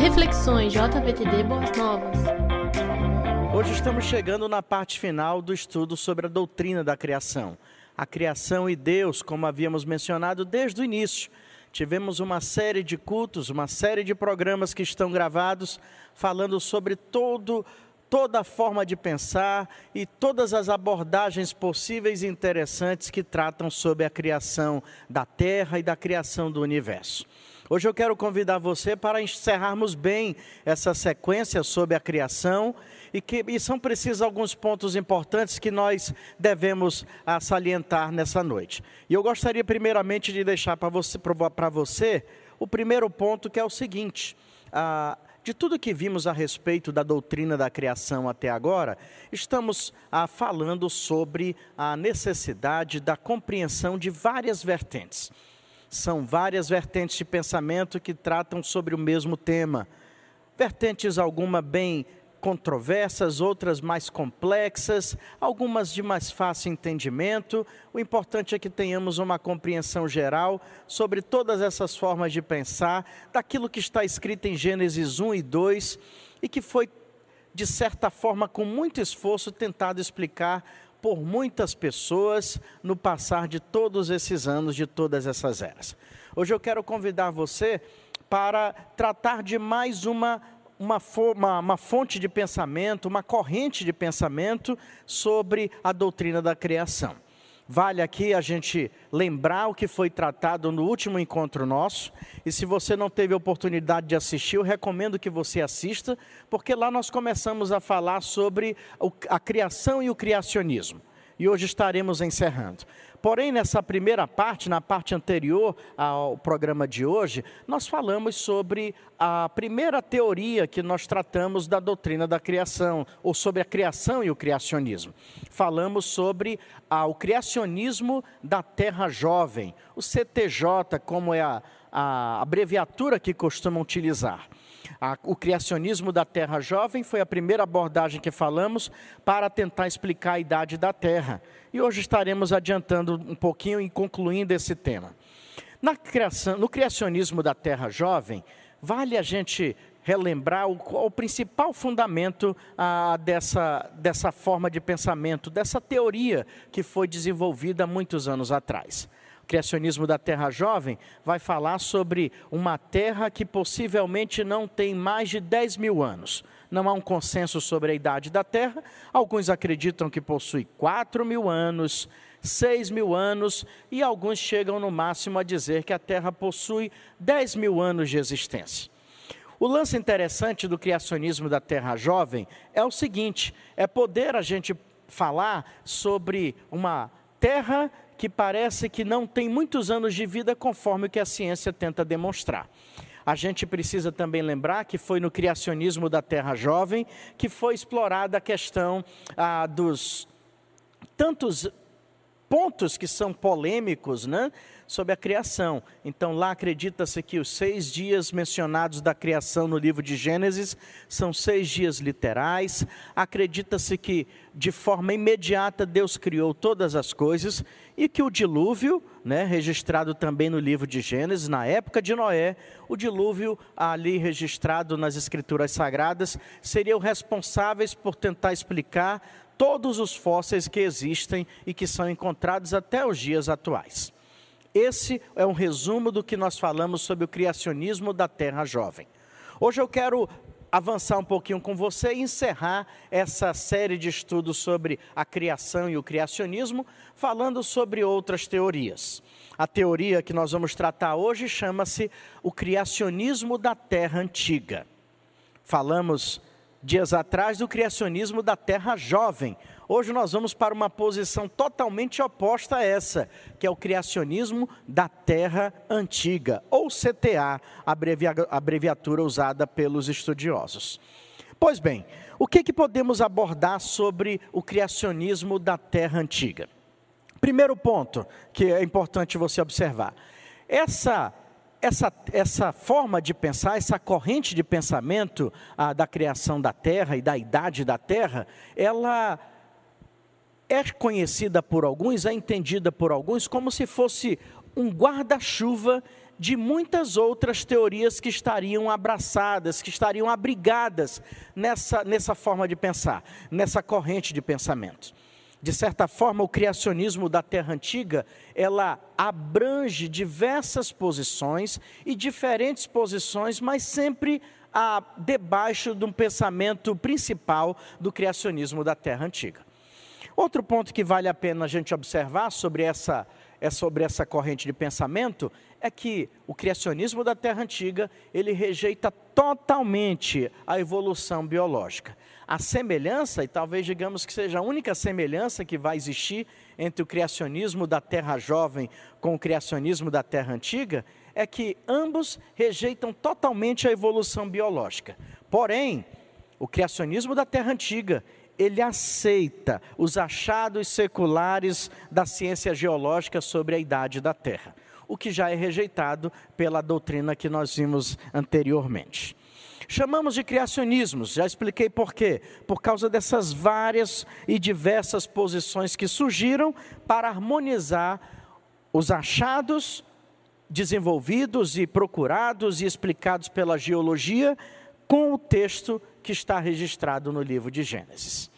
Reflexões JVTD Boas Novas. Hoje estamos chegando na parte final do estudo sobre a doutrina da criação. A criação e Deus, como havíamos mencionado desde o início. Tivemos uma série de cultos, uma série de programas que estão gravados, falando sobre toda a forma de pensar e todas as abordagens possíveis e interessantes que tratam sobre a criação da Terra e da criação do universo. Hoje eu quero convidar você para encerrarmos bem essa sequência sobre a criação e são precisos alguns pontos importantes que nós devemos salientar nessa noite. E eu gostaria primeiramente de deixar para você o primeiro ponto, que é o seguinte: de tudo que vimos a respeito da doutrina da criação até agora, estamos falando sobre a necessidade da compreensão de várias vertentes. São várias vertentes de pensamento que tratam sobre o mesmo tema. Vertentes algumas bem controversas, outras mais complexas, algumas de mais fácil entendimento. O importante é que tenhamos uma compreensão geral sobre todas essas formas de pensar, daquilo que está escrito em Gênesis 1 e 2, e que foi, de certa forma, com muito esforço, tentado explicar por muitas pessoas no passar de todos esses anos, de todas essas eras. Hoje eu quero convidar você para tratar de mais uma fonte de pensamento, uma corrente de pensamento sobre a doutrina da criação. Vale aqui a gente lembrar o que foi tratado no último encontro nosso, e se você não teve a oportunidade de assistir, eu recomendo que você assista, porque lá nós começamos a falar sobre a criação e o criacionismo, e hoje estaremos encerrando. Porém, nessa primeira parte, na parte anterior ao programa de hoje, nós falamos sobre a primeira teoria que nós tratamos da doutrina da criação, ou sobre a criação e o criacionismo. Falamos sobre o criacionismo da Terra Jovem, o CTJ, como é a abreviatura que costumam utilizar. O criacionismo da Terra Jovem foi a primeira abordagem que falamos para tentar explicar a idade da Terra. E hoje estaremos adiantando um pouquinho e concluindo esse tema. No criacionismo da Terra Jovem, vale a gente relembrar o principal fundamento dessa forma de pensamento, dessa teoria que foi desenvolvida há muitos anos atrás. O criacionismo da Terra Jovem vai falar sobre uma Terra que possivelmente não tem mais de 10 mil anos. Não há um consenso sobre a idade da Terra. Alguns acreditam que possui 4 mil anos, 6 mil anos, e alguns chegam no máximo a dizer que a Terra possui 10 mil anos de existência. O lance interessante do criacionismo da Terra Jovem é o seguinte: é poder a gente falar sobre uma Terra que parece que não tem muitos anos de vida, conforme o que a ciência tenta demonstrar. A gente precisa também lembrar que foi no criacionismo da Terra Jovem que foi explorada a questão dos tantos pontos que são polêmicos, né, sobre a criação. Então lá acredita-se que os 6 dias mencionados da criação no livro de Gênesis são 6 dias literais. Acredita-se que de forma imediata Deus criou todas as coisas e que o dilúvio, né, registrado também no livro de Gênesis, na época de Noé, o dilúvio ali registrado nas Escrituras Sagradas, seriam responsáveis por tentar explicar todos os fósseis que existem e que são encontrados até os dias atuais. Esse é um resumo do que nós falamos sobre o criacionismo da Terra Jovem. Hoje eu quero avançar um pouquinho com você e encerrar essa série de estudos sobre a criação e o criacionismo, falando sobre outras teorias. A teoria que nós vamos tratar hoje chama-se o criacionismo da Terra Antiga. Falamos dias atrás do criacionismo da Terra Jovem. Hoje nós vamos para uma posição totalmente oposta a essa, que é o criacionismo da Terra Antiga, ou CTA, abreviatura usada pelos estudiosos. Pois bem, o que podemos abordar sobre o criacionismo da Terra Antiga? Primeiro ponto que é importante você observar: essa forma de pensar, essa corrente de pensamento da criação da Terra e da idade da Terra, ela é conhecida por alguns, é entendida por alguns como se fosse um guarda-chuva de muitas outras teorias que estariam abraçadas, que estariam abrigadas nessa forma de pensar, nessa corrente de pensamento. De certa forma, o criacionismo da Terra Antiga, ela abrange diversas posições e diferentes posições, mas sempre debaixo de um pensamento principal do criacionismo da Terra Antiga. Outro ponto que vale a pena a gente observar sobre essa corrente de pensamento é que o criacionismo da Terra Antiga, ele rejeita totalmente a evolução biológica. A semelhança, e talvez digamos que seja a única semelhança que vai existir entre o criacionismo da Terra Jovem com o criacionismo da Terra Antiga, é que ambos rejeitam totalmente a evolução biológica. Porém, o criacionismo da Terra Antiga, ele aceita os achados seculares da ciência geológica sobre a idade da Terra, o que já é rejeitado pela doutrina que nós vimos anteriormente. Chamamos de criacionismos, já expliquei por quê. Por causa dessas várias e diversas posições que surgiram para harmonizar os achados desenvolvidos e procurados e explicados pela geologia com o texto que está registrado no livro de Gênesis.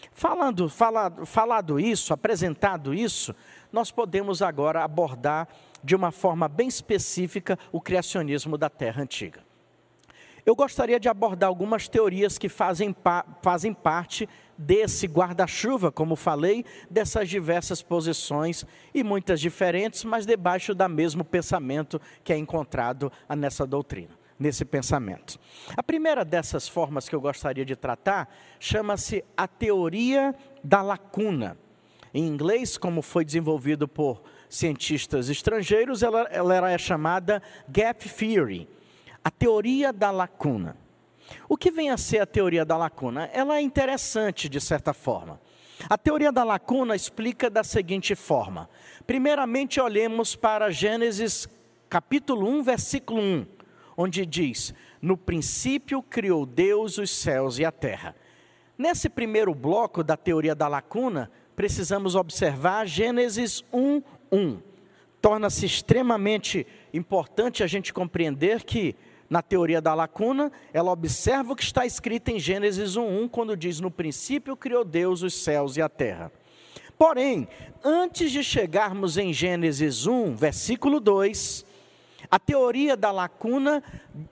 Falado isso, apresentado isso, nós podemos agora abordar de uma forma bem específica o criacionismo da Terra Antiga. Eu gostaria de abordar algumas teorias que fazem parte desse guarda-chuva, como falei, dessas diversas posições e muitas diferentes, mas debaixo do mesmo pensamento que é encontrado nessa doutrina, nesse pensamento. A primeira dessas formas que eu gostaria de tratar chama-se a teoria da lacuna. Em inglês, como foi desenvolvido por cientistas estrangeiros, ela é chamada Gap Theory. A teoria da lacuna. O que vem a ser a teoria da lacuna? Ela é interessante de certa forma. A teoria da lacuna explica da seguinte forma. Primeiramente, olhemos para Gênesis capítulo 1, versículo 1, onde diz: no princípio criou Deus os céus e a terra. Nesse primeiro bloco da teoria da lacuna, precisamos observar Gênesis 1, 1. Torna-se extremamente importante a gente compreender que, na teoria da lacuna, ela observa o que está escrito em Gênesis 1:1, quando diz: no princípio criou Deus os céus e a terra. Porém, antes de chegarmos em Gênesis 1, versículo 2, a teoria da lacuna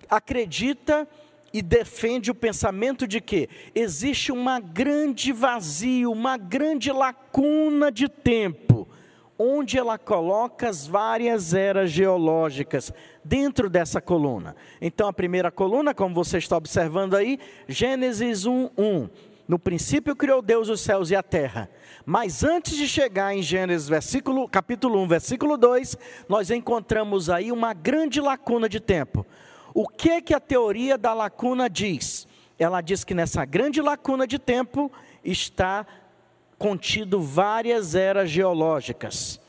acredita e defende o pensamento de que existe uma grande vazio, uma grande lacuna de tempo, onde ela coloca as várias eras geológicas dentro dessa coluna. Então, a primeira coluna, como você está observando aí, Gênesis 1:1. No princípio criou Deus os céus e a terra. Mas antes de chegar em Gênesis capítulo 1, versículo 2, nós encontramos aí uma grande lacuna de tempo. O que a teoria da lacuna diz? Ela diz que nessa grande lacuna de tempo está contido várias eras geológicas,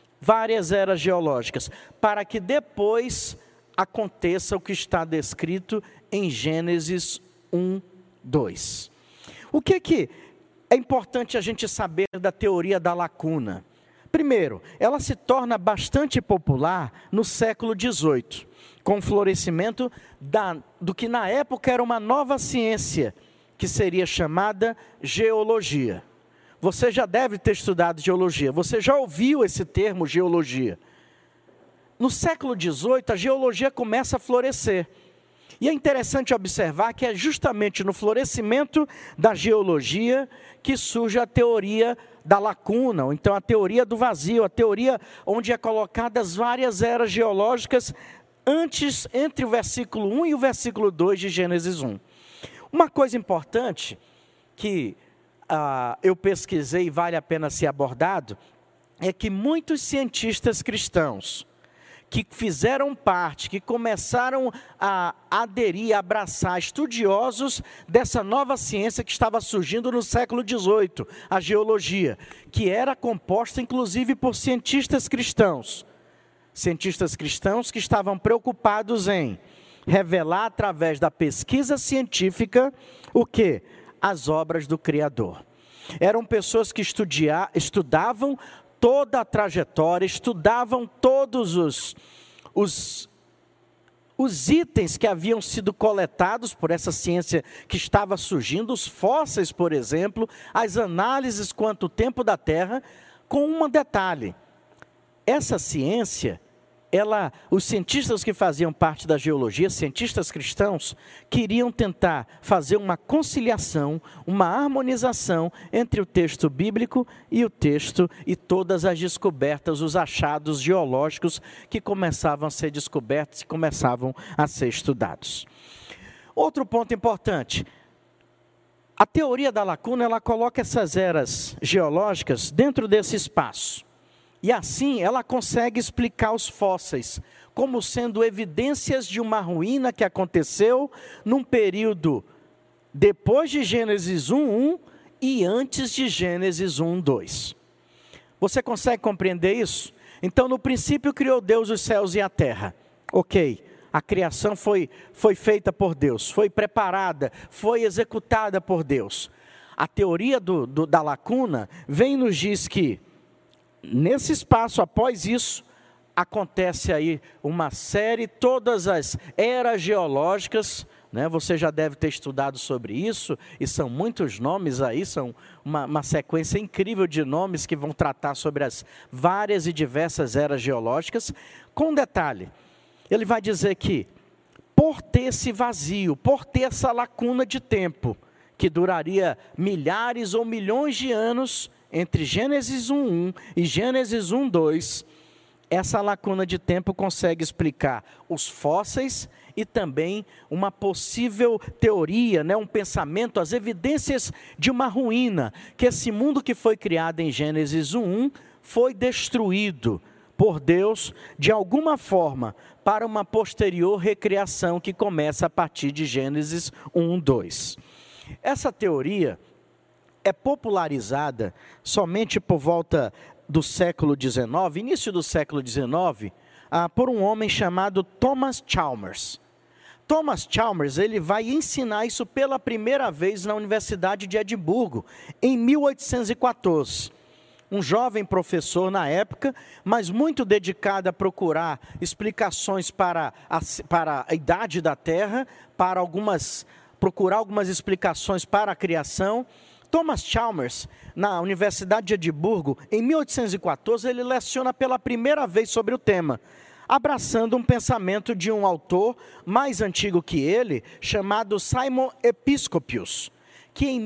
para que depois aconteça o que está descrito em Gênesis 1:2. O que é importante a gente saber da teoria da lacuna? Primeiro, ela se torna bastante popular no século XVIII, com o florescimento do que na época era uma nova ciência, que seria chamada geologia. Você já deve ter estudado geologia, você já ouviu esse termo geologia. No século XVIII, a geologia começa a florescer. E é interessante observar que é justamente no florescimento da geologia que surge a teoria da lacuna, ou então a teoria do vazio, a teoria onde é colocadas várias eras geológicas entre o versículo 1 e o versículo 2 de Gênesis 1. Uma coisa importante que eu pesquisei e vale a pena ser abordado, é que muitos cientistas cristãos que fizeram parte, que começaram a aderir, a abraçar, estudiosos dessa nova ciência que estava surgindo no século XVIII, a geologia, que era composta inclusive por cientistas cristãos que estavam preocupados em revelar através da pesquisa científica o quê? As obras do Criador. Eram pessoas que estudavam toda a trajetória, estudavam todos os itens que haviam sido coletados por essa ciência que estava surgindo, os fósseis, por exemplo, as análises quanto ao tempo da Terra, com um detalhe. Essa ciência, os cientistas que faziam parte da geologia, cientistas cristãos, queriam tentar fazer uma conciliação, uma harmonização entre o texto bíblico e o texto e todas as descobertas, os achados geológicos que começavam a ser descobertos e começavam a ser estudados. Outro ponto importante, a teoria da lacuna, ela coloca essas eras geológicas dentro desse espaço. E assim ela consegue explicar os fósseis como sendo evidências de uma ruína que aconteceu num período depois de Gênesis 1:1 e antes de Gênesis 1:2. Você consegue compreender isso? Então, no princípio criou Deus os céus e a terra. Ok, a criação foi feita por Deus, foi preparada, foi executada por Deus. A teoria da lacuna vem e nos diz que nesse espaço, após isso, acontece aí uma série, todas as eras geológicas, né? Você já deve ter estudado sobre isso, e são muitos nomes aí, são uma sequência incrível de nomes que vão tratar sobre as várias e diversas eras geológicas. Com um detalhe, ele vai dizer que, por ter esse vazio, por ter essa lacuna de tempo, que duraria milhares ou milhões de anos, entre Gênesis 1:1 e Gênesis 1:2, essa lacuna de tempo consegue explicar os fósseis e também uma possível teoria, né, um pensamento, as evidências de uma ruína, que esse mundo que foi criado em Gênesis 1:1 foi destruído por Deus de alguma forma para uma posterior recriação que começa a partir de Gênesis 1:2. Essa teoria é popularizada somente por volta do século XIX, início do século XIX, por um homem chamado Thomas Chalmers. Thomas Chalmers, ele vai ensinar isso pela primeira vez na Universidade de Edimburgo, em 1814. Um jovem professor na época, mas muito dedicado a procurar explicações para a idade da Terra, procurar algumas explicações para a criação. Thomas Chalmers, na Universidade de Edimburgo, em 1814, ele leciona pela primeira vez sobre o tema, abraçando um pensamento de um autor mais antigo que ele, chamado Simon Episcopius, que em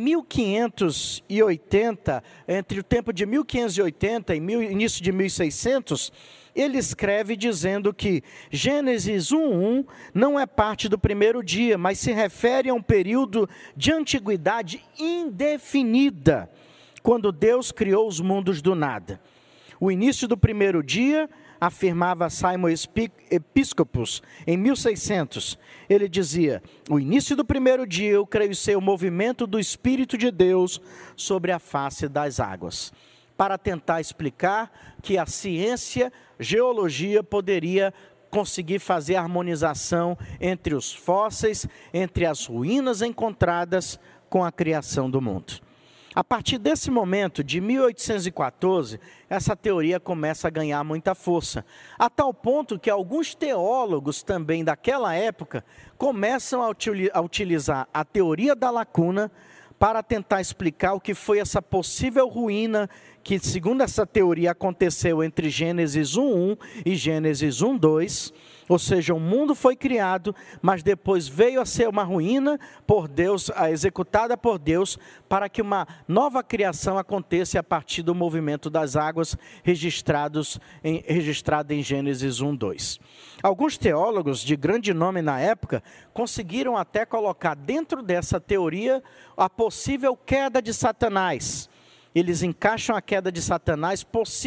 1580, entre o tempo de 1580 e início de 1600, ele escreve dizendo que Gênesis 1:1 não é parte do primeiro dia, mas se refere a um período de antiguidade indefinida, quando Deus criou os mundos do nada. O início do primeiro dia, afirmava Simon Episcopus, em 1600, ele dizia: o início do primeiro dia eu creio ser o movimento do Espírito de Deus sobre a face das águas, para tentar explicar que a ciência, geologia, poderia conseguir fazer a harmonização entre os fósseis, entre as ruínas encontradas com a criação do mundo. A partir desse momento, de 1814, essa teoria começa a ganhar muita força, a tal ponto que alguns teólogos também daquela época começam a utilizar a teoria da lacuna para tentar explicar o que foi essa possível ruína que, segundo essa teoria, aconteceu entre Gênesis 1:1 e Gênesis 1:2, ou seja, o mundo foi criado, mas depois veio a ser uma ruína por Deus, executada por Deus, para que uma nova criação aconteça a partir do movimento das águas registrado em Gênesis 1:2. Alguns teólogos de grande nome na época conseguiram até colocar dentro dessa teoria a possível queda de Satanás. Eles encaixam a queda de Satanás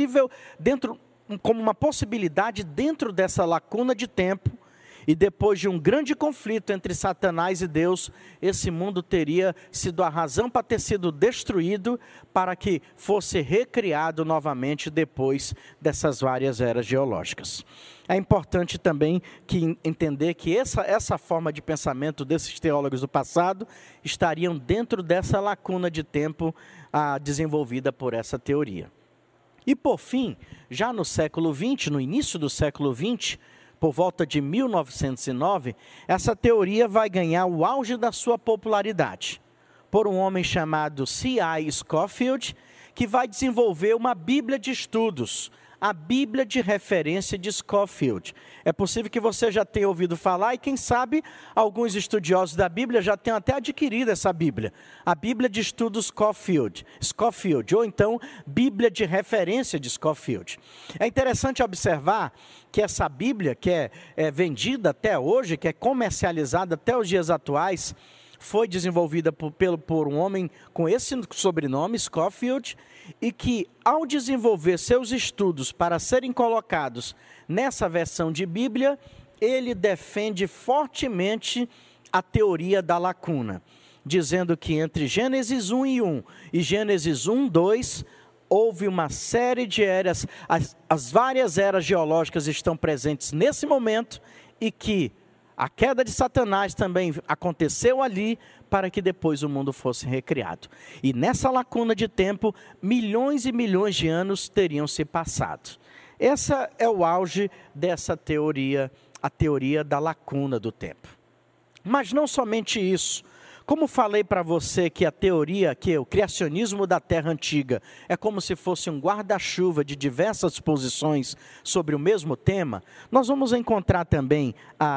como uma possibilidade dentro dessa lacuna de tempo, e depois de um grande conflito entre Satanás e Deus, esse mundo teria sido a razão para ter sido destruído, para que fosse recriado novamente depois dessas várias eras geológicas. É importante também entender que essa forma de pensamento desses teólogos do passado estariam dentro dessa lacuna de tempo desenvolvida por essa teoria. E por fim, já no século XX, no início do século XX, por volta de 1909, essa teoria vai ganhar o auge da sua popularidade, por um homem chamado C.I. Scofield, que vai desenvolver uma Bíblia de estudos, a Bíblia de referência de Scofield. É possível que você já tenha ouvido falar e quem sabe alguns estudiosos da Bíblia já tenham até adquirido essa Bíblia. A Bíblia de estudos Scofield, ou então Bíblia de referência de Scofield. É interessante observar que essa Bíblia, que é vendida até hoje, que é comercializada até os dias atuais, foi desenvolvida por um homem com esse sobrenome, Scofield, e que, ao desenvolver seus estudos para serem colocados nessa versão de Bíblia, ele defende fortemente a teoria da lacuna, dizendo que entre Gênesis 1:1 e Gênesis 1:2, houve uma série de eras, as várias eras geológicas estão presentes nesse momento, e que a queda de Satanás também aconteceu ali para que depois o mundo fosse recriado. E nessa lacuna de tempo, milhões e milhões de anos teriam se passado. Essa é o auge dessa teoria, a teoria da lacuna do tempo. Mas não somente isso. Como falei para você que a teoria, que o criacionismo da Terra Antiga é como se fosse um guarda-chuva de diversas posições sobre o mesmo tema, nós vamos encontrar também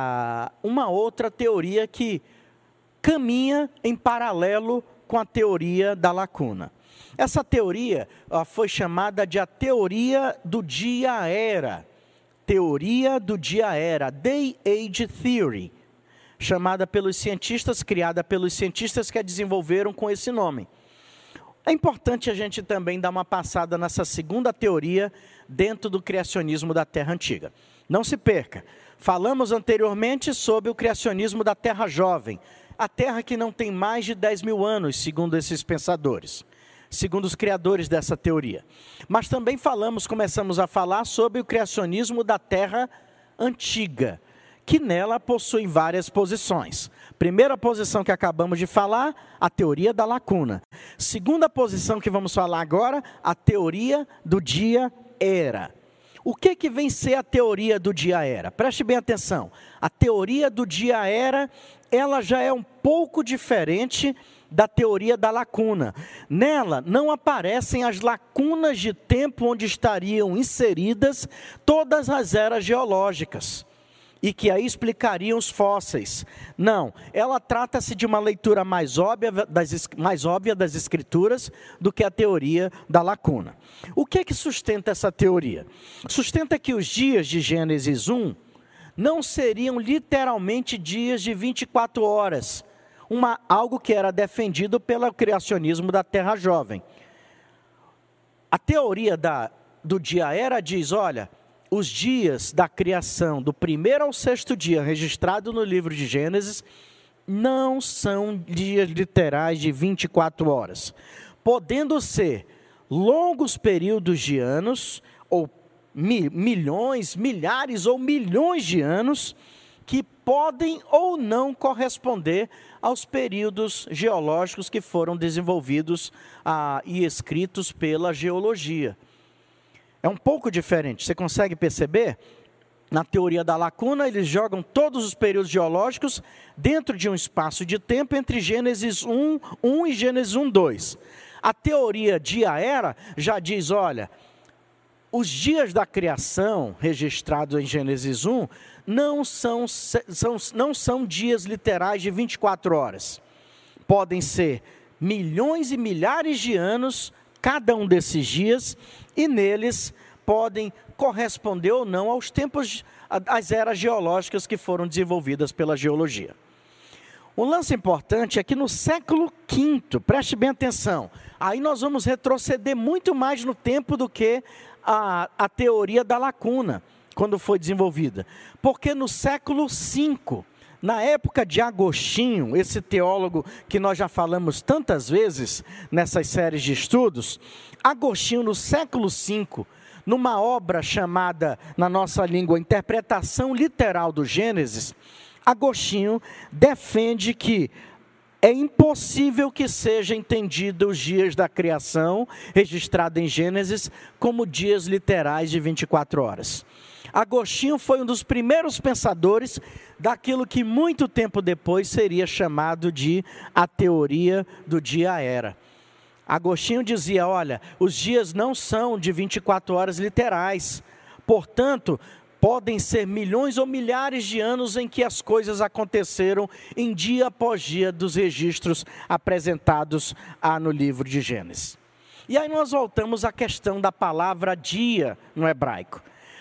uma outra teoria que caminha em paralelo com a teoria da lacuna. Essa teoria foi chamada de a teoria do dia-era. Teoria do dia-era, Day Age Theory. Chamada pelos cientistas, criada pelos cientistas que a desenvolveram com esse nome. É importante a gente também dar uma passada nessa segunda teoria dentro do criacionismo da Terra Antiga. Não se perca, falamos anteriormente sobre o criacionismo da Terra Jovem, a Terra que não tem mais de 10 mil anos, segundo esses pensadores, segundo os criadores dessa teoria. Mas também começamos a falar sobre o criacionismo da Terra Antiga, que nela possui várias posições. Primeira posição que acabamos de falar, a teoria da lacuna. Segunda posição que vamos falar agora, a teoria do dia-era. O que vem ser a teoria do dia-era? Preste bem atenção. A teoria do dia-era, ela já é um pouco diferente da teoria da lacuna. Nela não aparecem as lacunas de tempo onde estariam inseridas todas as eras geológicas, e que aí explicariam os fósseis. Não, ela trata-se de uma leitura mais óbvia das escrituras do que a teoria da lacuna. O que é que sustenta essa teoria? Sustenta que os dias de Gênesis 1 não seriam literalmente dias de 24 horas, algo que era defendido pelo criacionismo da Terra Jovem. A teoria do dia-era diz, olha, os dias da criação, do primeiro ao sexto dia, registrado no livro de Gênesis, não são dias literais de 24 horas. Podendo ser longos períodos de anos, ou milhões, milhares ou milhões de anos, que podem ou não corresponder aos períodos geológicos que foram desenvolvidos e escritos pela geologia. É um pouco diferente, você consegue perceber? Na teoria da lacuna, eles jogam todos os períodos geológicos dentro de um espaço de tempo entre Gênesis 1:1 e Gênesis 1:2. A teoria dia-era já diz, olha, os dias da criação registrados em Gênesis 1 não são dias literais de 24 horas. Podem ser milhões e milhares de anos cada um desses dias, e neles podem corresponder ou não aos tempos, às eras geológicas que foram desenvolvidas pela geologia. Um lance importante é que no século V, preste bem atenção, aí nós vamos retroceder muito mais no tempo do que a teoria da lacuna, quando foi desenvolvida. Porque no século V, na época de Agostinho, esse teólogo que nós já falamos tantas vezes nessas séries de estudos, Agostinho, no século V, numa obra chamada, na nossa língua, Interpretação Literal do Gênesis, Agostinho defende que é impossível que seja entendido os dias da criação, registrado em Gênesis, como dias literais de 24 horas. Agostinho foi um dos primeiros pensadores daquilo que muito tempo depois seria chamado de a teoria do dia-era. Agostinho dizia, olha, os dias não são de 24 horas literais, portanto, podem ser milhões ou milhares de anos em que as coisas aconteceram em dia após dia dos registros apresentados no livro de Gênesis. E aí nós voltamos à questão da palavra dia no hebraico.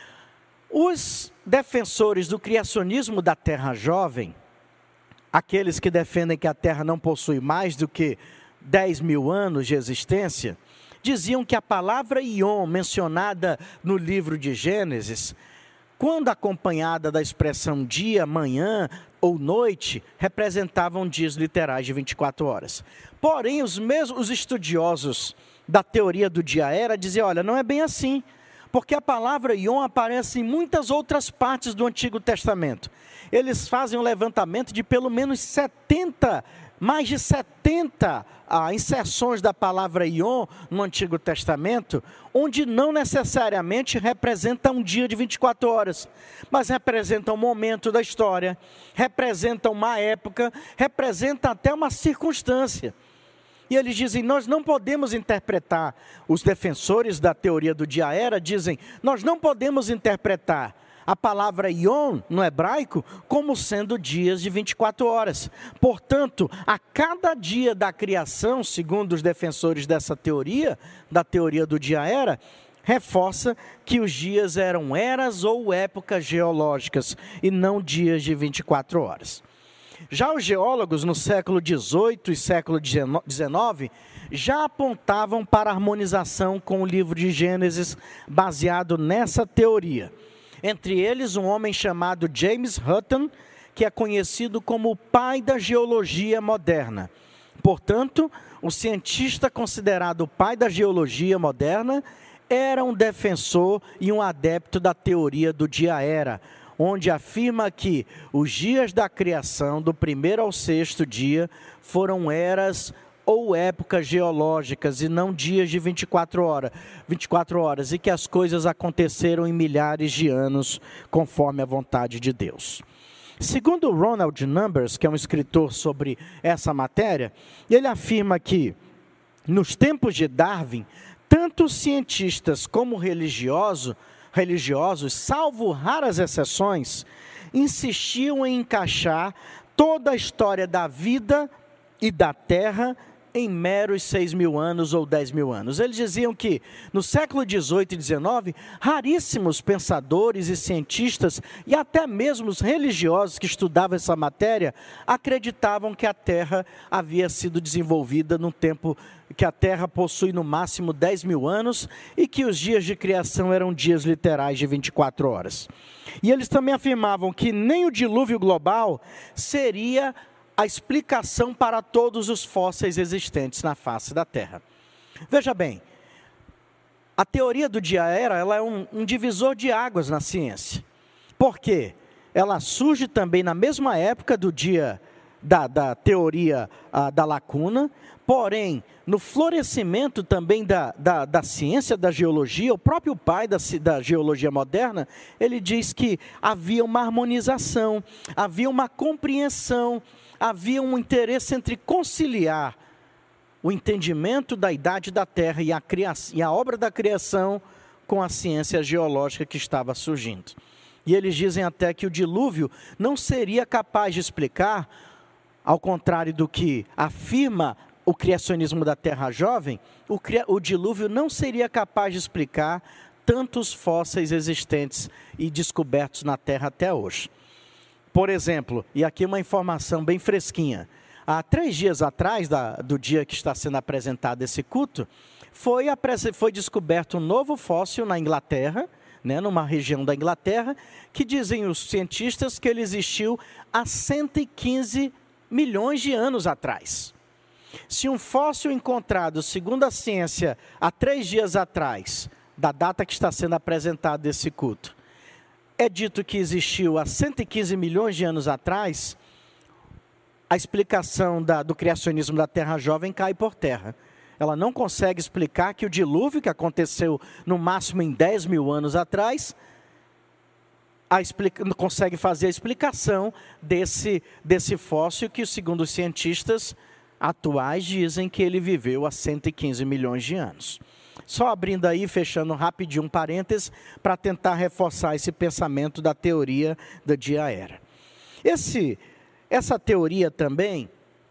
Os defensores do criacionismo da Terra jovem, aqueles que defendem que a Terra não possui mais do que 10 mil anos de existência, diziam que a palavra Ion, mencionada no livro de Gênesis, quando acompanhada da expressão dia, manhã ou noite, representavam dias literais de 24 horas. Porém, os estudiosos da teoria do dia-era diziam, olha, não é bem assim, porque a palavra Ion aparece em muitas outras partes do Antigo Testamento. Eles fazem um levantamento de pelo menos mais de 70 inserções da palavra Ion no Antigo Testamento, onde não necessariamente representa um dia de 24 horas, mas representa um momento da história, representa uma época, representa até uma circunstância. E eles dizem, nós não podemos interpretar, os defensores da teoria do dia-era dizem, nós não podemos interpretar a palavra Yom, no hebraico, como sendo dias de 24 horas. Portanto, a cada dia da criação, segundo os defensores dessa teoria, da teoria do dia-era, reforça que os dias eram eras ou épocas geológicas, e não dias de 24 horas. Já os geólogos no século XVIII e século XIX já apontavam para a harmonização com o livro de Gênesis, baseado nessa teoria. Entre eles, um homem chamado James Hutton, que é conhecido como o pai da geologia moderna. Portanto, o cientista considerado o pai da geologia moderna era um defensor e um adepto da teoria do dia-era, onde afirma que os dias da criação, do primeiro ao sexto dia, foram eras ou épocas geológicas e não dias de 24 horas, e que as coisas aconteceram em milhares de anos, conforme a vontade de Deus. Segundo Ronald Numbers, que é um escritor sobre essa matéria, ele afirma que, nos tempos de Darwin, tanto cientistas como religiosos, salvo raras exceções, insistiam em encaixar toda a história da vida e da Terra em meros 6 mil anos ou 10 mil anos. Eles diziam que, no século XVIII e XIX, raríssimos pensadores e cientistas, e até mesmo os religiosos que estudavam essa matéria, acreditavam que a Terra havia sido desenvolvida num tempo que a Terra possui no máximo 10 mil anos, e que os dias de criação eram dias literais de 24 horas. E eles também afirmavam que nem o dilúvio global seria a explicação para todos os fósseis existentes na face da Terra. Veja bem, a teoria do dia-era, ela é um divisor de águas na ciência. Por quê? Ela surge também na mesma época do dia da teoria da lacuna, porém, no florescimento também da ciência da geologia, o próprio pai da geologia moderna, ele diz que havia uma harmonização, havia uma compreensão, havia um interesse entre conciliar o entendimento da idade da Terra e a obra da criação com a ciência geológica que estava surgindo. E eles dizem até que o dilúvio não seria capaz de explicar, ao contrário do que afirma o criacionismo da Terra jovem, o dilúvio não seria capaz de explicar tantos fósseis existentes e descobertos na Terra até hoje. Por exemplo, e aqui uma informação bem fresquinha, há 3 dias atrás do dia que está sendo apresentado esse culto, foi descoberto um novo fóssil na Inglaterra, numa região da Inglaterra, que dizem os cientistas que ele existiu há 115 milhões de anos atrás. Se um fóssil encontrado, segundo a ciência, há 3 dias atrás, da data que está sendo apresentado esse culto, é dito que existiu há 115 milhões de anos atrás, a explicação do criacionismo da Terra jovem cai por terra. Ela não consegue explicar que o dilúvio, que aconteceu no máximo em 10 mil anos atrás, consegue fazer a explicação desse fóssil que, segundo os cientistas atuais, dizem que ele viveu há 115 milhões de anos. Só abrindo aí, fechando rapidinho um parênteses, para tentar reforçar esse pensamento da teoria da Dia-Era. Essa teoria também,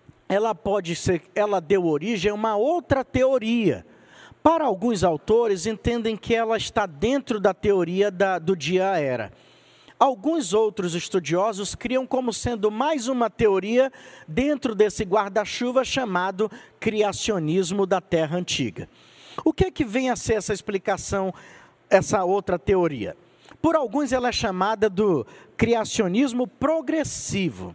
ela deu origem a uma outra teoria. Para alguns autores, entendem que ela está dentro da teoria do Dia-Era. Alguns outros estudiosos criam como sendo mais uma teoria dentro desse guarda-chuva chamado criacionismo da Terra Antiga. O que é que vem a ser essa explicação, essa outra teoria? Por alguns ela é chamada do criacionismo progressivo.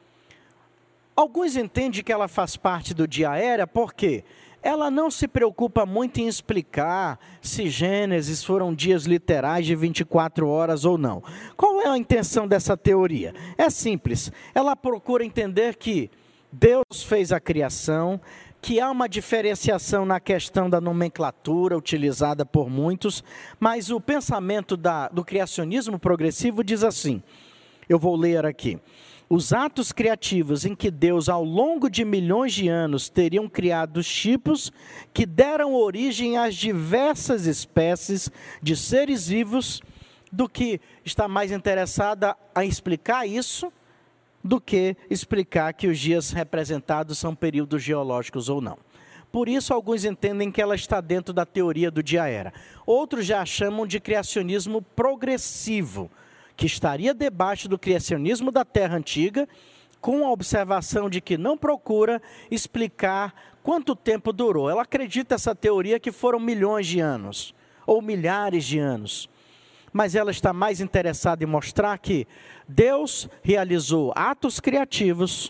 Alguns entendem que ela faz parte do Dia-Era porque ela não se preocupa muito em explicar se Gênesis foram dias literais de 24 horas ou não. Qual é a intenção dessa teoria? É simples, ela procura entender que Deus fez a criação, que há uma diferenciação na questão da nomenclatura utilizada por muitos, mas o pensamento do criacionismo progressivo diz assim, eu vou ler aqui. Os atos criativos em que Deus, ao longo de milhões de anos, teriam criado os tipos que deram origem às diversas espécies de seres vivos, do que está mais interessada a explicar isso, do que explicar que os dias representados são períodos geológicos ou não. Por isso, alguns entendem que ela está dentro da teoria do Dia-Era. Outros já a chamam de criacionismo progressivo, que estaria debaixo do criacionismo da Terra Antiga, com a observação de que não procura explicar quanto tempo durou. Ela acredita essa teoria que foram milhões de anos, ou milhares de anos. Mas ela está mais interessada em mostrar que Deus realizou atos criativos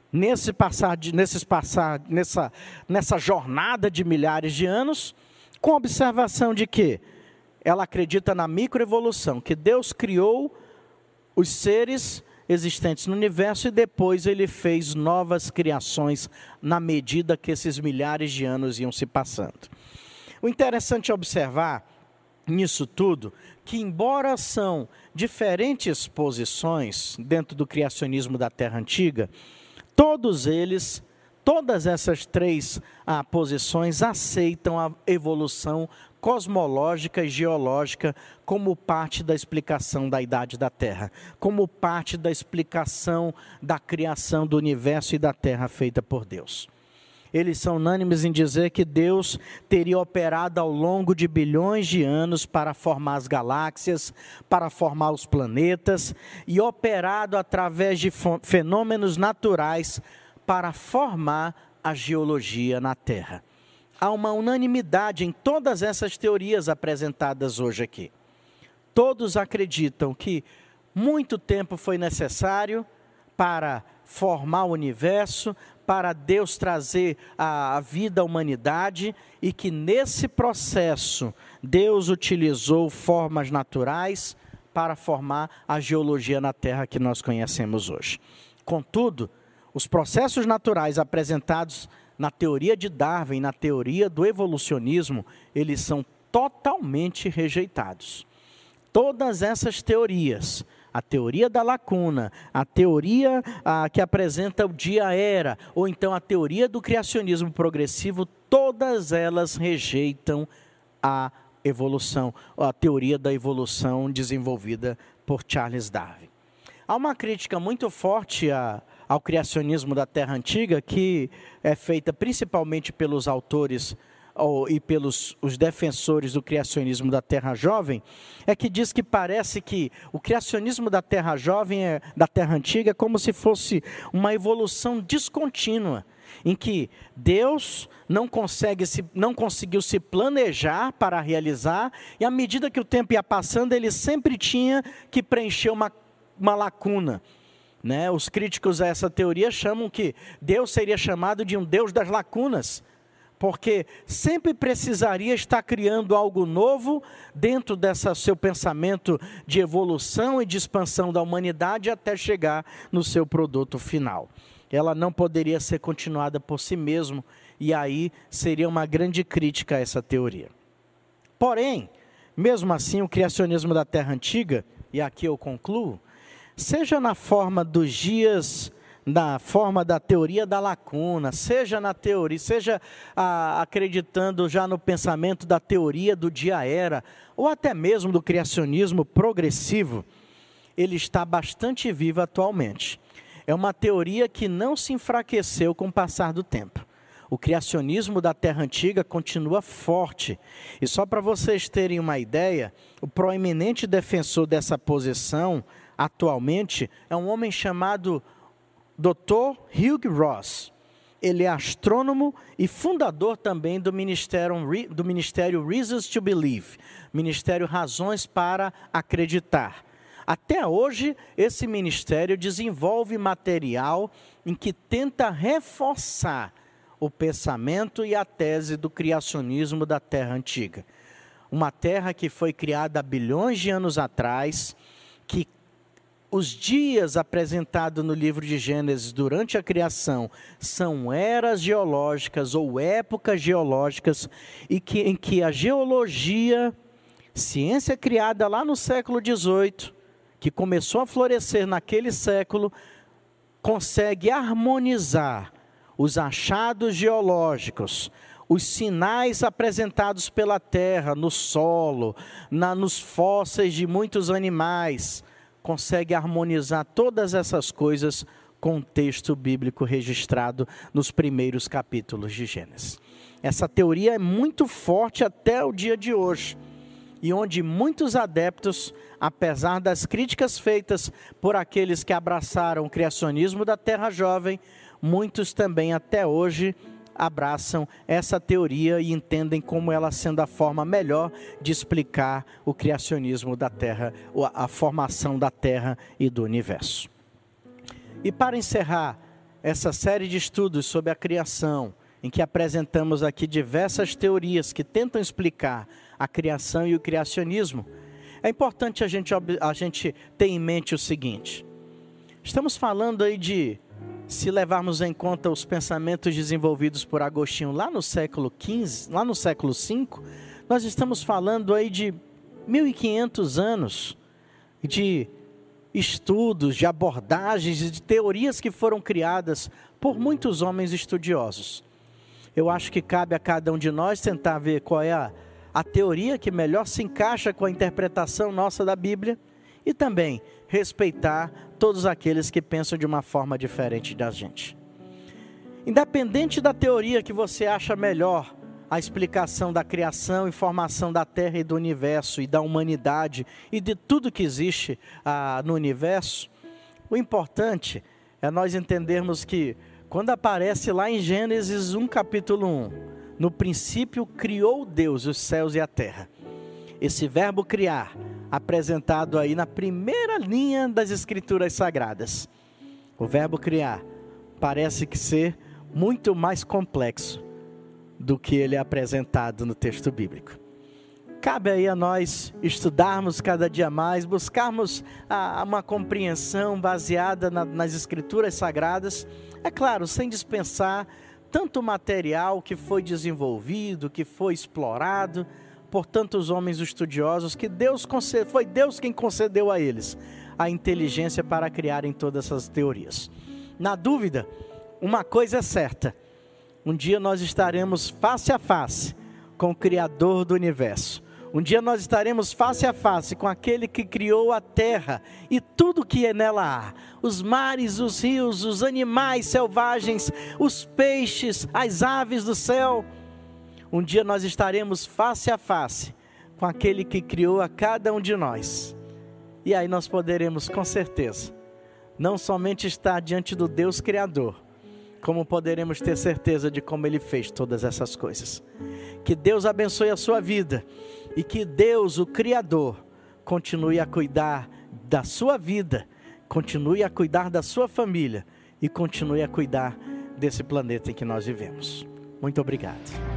nessa jornada de milhares de anos, com a observação de que ela acredita na microevolução, que Deus criou os seres existentes no universo e depois ele fez novas criações na medida que esses milhares de anos iam se passando. O interessante é observar nisso tudo que, embora são diferentes posições dentro do criacionismo da Terra Antiga, todas essas três posições aceitam a evolução cosmológica e geológica como parte da explicação da idade da Terra, como parte da explicação da criação do universo e da Terra feita por Deus. Eles são unânimes em dizer que Deus teria operado ao longo de bilhões de anos para formar as galáxias, para formar os planetas, e operado através de fenômenos naturais para formar a geologia na Terra. Há uma unanimidade em todas essas teorias apresentadas hoje aqui. Todos acreditam que muito tempo foi necessário para formar o universo, para Deus trazer a vida à humanidade, e que nesse processo Deus utilizou formas naturais para formar a geologia na Terra que nós conhecemos hoje. Contudo, os processos naturais apresentados na teoria de Darwin, na teoria do evolucionismo, eles são totalmente rejeitados. Todas essas teorias, a teoria da lacuna, a teoria que apresenta o Dia-Era, ou então a teoria do criacionismo progressivo, todas elas rejeitam a evolução, a teoria da evolução desenvolvida por Charles Darwin. Há uma crítica muito forte ao criacionismo da Terra Antiga, que é feita principalmente pelos autores e pelos os defensores do criacionismo da Terra Jovem, é que diz que parece que o criacionismo da Terra Jovem, da Terra Antiga, é como se fosse uma evolução descontínua, em que Deus não conseguiu se planejar para realizar, e à medida que o tempo ia passando, ele sempre tinha que preencher uma lacuna. Os críticos a essa teoria chamam que Deus seria chamado de um Deus das lacunas, porque sempre precisaria estar criando algo novo dentro desse seu pensamento de evolução e de expansão da humanidade até chegar no seu produto final. Ela não poderia ser continuada por si mesmo, e aí seria uma grande crítica a essa teoria. Porém, mesmo assim, o criacionismo da Terra Antiga e aqui eu concluo, seja na forma dos dias, na forma da teoria da lacuna, seja na teoria, seja acreditando já no pensamento da teoria do dia-era, ou até mesmo do criacionismo progressivo, ele está bastante vivo atualmente. É uma teoria que não se enfraqueceu com o passar do tempo. O criacionismo da Terra Antiga continua forte. E só para vocês terem uma ideia, o proeminente defensor dessa posição, atualmente, é um homem chamado Dr. Hugh Ross. Ele é astrônomo e fundador também do Ministério Reasons to Believe, Ministério Razões para Acreditar. Até hoje, esse ministério desenvolve material em que tenta reforçar o pensamento e a tese do criacionismo da Terra Antiga. Uma terra que foi criada há bilhões de anos atrás, que os dias apresentados no livro de Gênesis durante a criação são eras geológicas ou épocas geológicas, e em que a geologia, ciência criada lá no século XVIII, que começou a florescer naquele século, consegue harmonizar os achados geológicos, os sinais apresentados pela terra, no solo, nos fósseis de muitos animais, consegue harmonizar todas essas coisas com o texto bíblico registrado nos primeiros capítulos de Gênesis. Essa teoria é muito forte até o dia de hoje, e onde muitos adeptos, apesar das críticas feitas por aqueles que abraçaram o criacionismo da Terra Jovem, muitos também até hoje abraçam essa teoria e entendem como ela sendo a forma melhor de explicar o criacionismo da Terra, a formação da Terra e do universo. E para encerrar essa série de estudos sobre a criação, em que apresentamos aqui diversas teorias que tentam explicar a criação e o criacionismo, é importante a gente ter em mente o seguinte: estamos falando aí de, se levarmos em conta os pensamentos desenvolvidos por Agostinho lá no século XV, lá no século V, nós estamos falando aí de 1500 anos de estudos, de abordagens e de teorias que foram criadas por muitos homens estudiosos. Eu acho que cabe a cada um de nós tentar ver qual é a teoria que melhor se encaixa com a interpretação nossa da Bíblia e também respeitar todos aqueles que pensam de uma forma diferente da gente. Independente da teoria que você acha melhor, a explicação da criação e formação da Terra e do universo e da humanidade e de tudo que existe no universo, o importante é nós entendermos que quando aparece lá em Gênesis 1, capítulo 1, no princípio criou Deus os céus e a terra. Esse verbo criar, apresentado aí na primeira linha das Escrituras Sagradas. O verbo criar parece que ser muito mais complexo do que ele é apresentado no texto bíblico. Cabe aí a nós estudarmos cada dia mais, buscarmos uma compreensão baseada nas Escrituras Sagradas, é claro, sem dispensar tanto material que foi desenvolvido, que foi explorado por tantos homens estudiosos, que foi Deus quem concedeu a eles a inteligência para criarem todas essas teorias. Na dúvida, uma coisa é certa: um dia nós estaremos face a face com o Criador do universo. Um dia nós estaremos face a face com aquele que criou a terra e tudo que nela há. Os mares, os rios, os animais selvagens, os peixes, as aves do céu. Um dia nós estaremos face a face com aquele que criou a cada um de nós. E aí nós poderemos, com certeza, não somente estar diante do Deus Criador, como poderemos ter certeza de como Ele fez todas essas coisas. Que Deus abençoe a sua vida e que Deus, o Criador, continue a cuidar da sua vida, continue a cuidar da sua família e continue a cuidar desse planeta em que nós vivemos. Muito obrigado.